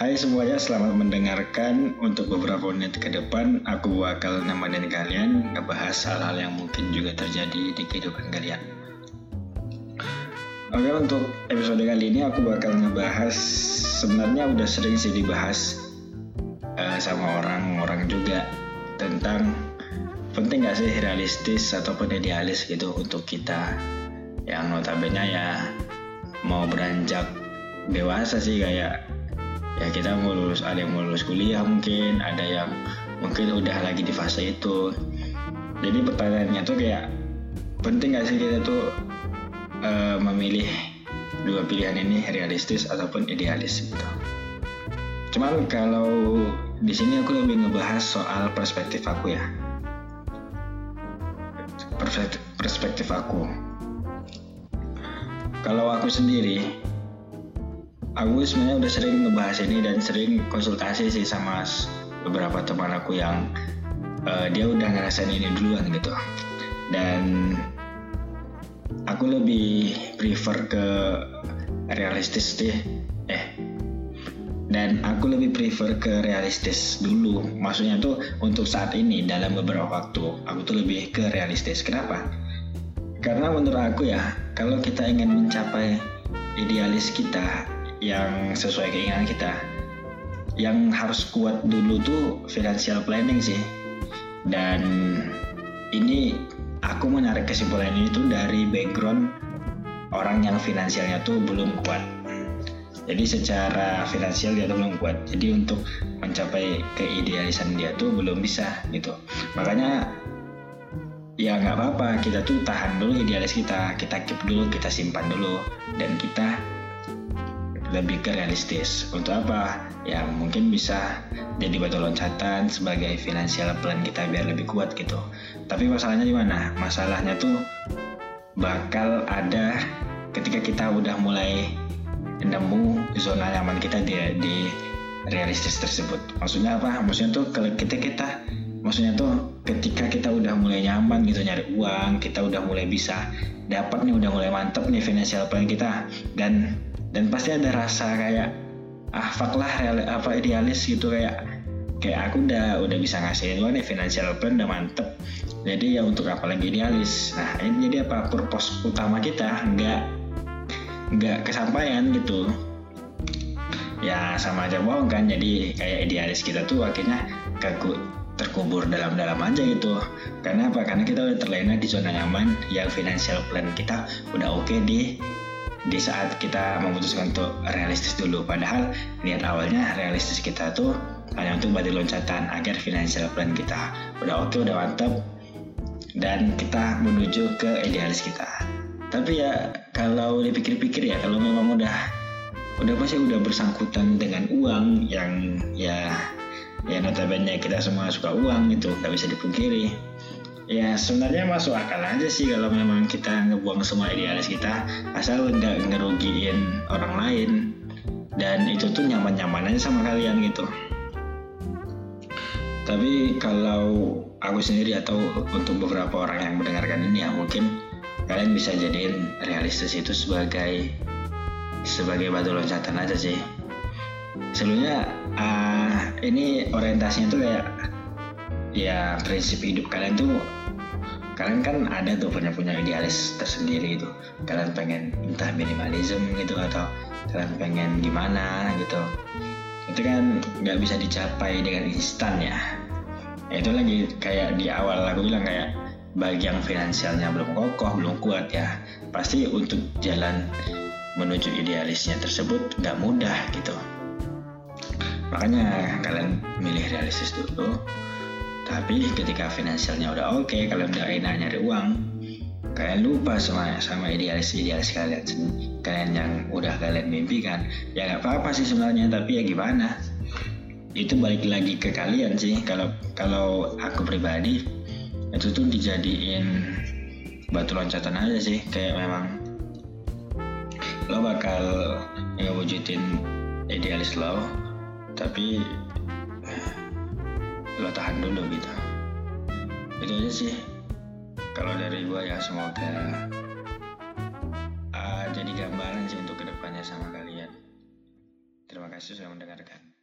Hai semuanya, selamat mendengarkan. Untuk beberapa menit ke depan, aku bakal nemenin kalian ngebahas hal-hal yang mungkin juga terjadi di kehidupan kalian. Oke, untuk episode kali ini aku bakal ngebahas, sebenarnya udah sering sih dibahas sama orang-orang juga, tentang penting gak sih realistis ataupun idealis gitu untuk kita yang notabene ya mau beranjak dewasa sih, kayak ya kita mau lulus, ada yang mau lulus kuliah, mungkin ada yang mungkin udah lagi di fase itu. Jadi pertanyaannya tuh kayak penting gak sih kita tuh memilih dua pilihan ini, realistis ataupun idealis gitu. Cuman kalau di sini aku lebih ngebahas soal perspektif aku ya. Perspektif aku. Kalau aku sendiri, aku sebenarnya udah sering ngebahas ini dan sering konsultasi sih sama beberapa teman aku yang dia udah ngerasain ini duluan gitu. Dan aku lebih prefer ke realistis dulu. Maksudnya tuh untuk saat ini dalam beberapa waktu aku tuh lebih ke realistis. Kenapa? Karena menurut aku ya, kalau kita ingin mencapai idealis kita yang sesuai keinginan kita, yang harus kuat dulu tuh financial planning sih. Dan ini aku menarik kesimpulan ini tuh dari background orang yang finansialnya tuh belum kuat. Jadi secara finansial dia tuh belum kuat, jadi untuk mencapai keidealisan dia tuh belum bisa gitu. Makanya ya nggak apa-apa, kita tuh tahan dulu idealis kita keep dulu, kita simpan dulu, dan kita lebih ke realistis. Untuk apa? Ya mungkin bisa jadi batu loncatan sebagai financial plan kita biar lebih kuat gitu. Tapi masalahnya di mana? Masalahnya tuh bakal ada ketika kita udah mulai nemu zona nyaman kita di realistis tersebut. Maksudnya apa? Maksudnya tuh kalau ketika kita udah mulai nyaman gitu nyari uang, kita udah mulai bisa dapat nih, udah mulai mantep nih financial plan kita, dan pasti ada rasa kayak fuck lah idealis gitu, kayak aku udah bisa ngasihin uang nih, financial plan udah mantep, jadi ya untuk apa lagi idealis. Nah ini jadi apa, purpose utama kita nggak kesampaian gitu ya, sama aja bohong kan. Jadi kayak idealis kita tuh akhirnya terkubur dalam-dalam aja gitu. Karena apa? Karena kita udah terlena di zona nyaman yang financial plan kita udah oke di saat kita memutuskan untuk realistis dulu. Padahal niat awalnya realistis kita tuh hanya untuk batu loncatan agar financial plan kita udah oke, udah mantap, dan kita menuju ke idealis kita. Tapi ya kalau dipikir-pikir ya, kalau memang udah pasti udah bersangkutan dengan uang yang ya notabene kita semua suka uang gitu, nggak bisa dipungkiri. Ya sebenarnya masuk akal aja sih kalau memang kita ngebuang semua idealis kita, asal nggak ngerugiin orang lain, dan itu tuh nyaman-nyaman aja sama kalian gitu. Tapi kalau aku sendiri atau untuk beberapa orang yang mendengarkan ini ya, mungkin kalian bisa jadiin realistis itu sebagai batu loncatan aja sih. Sebelumnya ini orientasinya tuh kayak ya prinsip hidup kalian tuh, kalian kan ada tuh punya idealis tersendiri itu. Kalian pengen entah minimalism gitu, atau kalian pengen gimana gitu. Itu kan nggak bisa dicapai dengan instan ya. Itu lagi kayak di awal aku bilang, kayak bagi yang finansialnya belum kokoh, belum kuat ya, pasti untuk jalan menuju idealisnya tersebut nggak mudah gitu. Makanya kalian milih realistis dulu. Tapi ketika finansialnya udah oke, kalian udah enak nyari uang, kalian lupa sama idealis kalian yang udah kalian mimpikan. Ya nggak apa-apa sih sebenarnya, tapi ya gimana? Itu balik lagi ke kalian sih. Kalau aku pribadi, itu tuh dijadiin batu loncatan aja sih. Kayak memang lo bakal ngewujudin idealis lo, tapi lo tahan dulu gitu. Itu aja sih kalau dari gue ya. Semoga jadi gambaran sih untuk kedepannya sama kalian. Terima kasih sudah mendengarkan.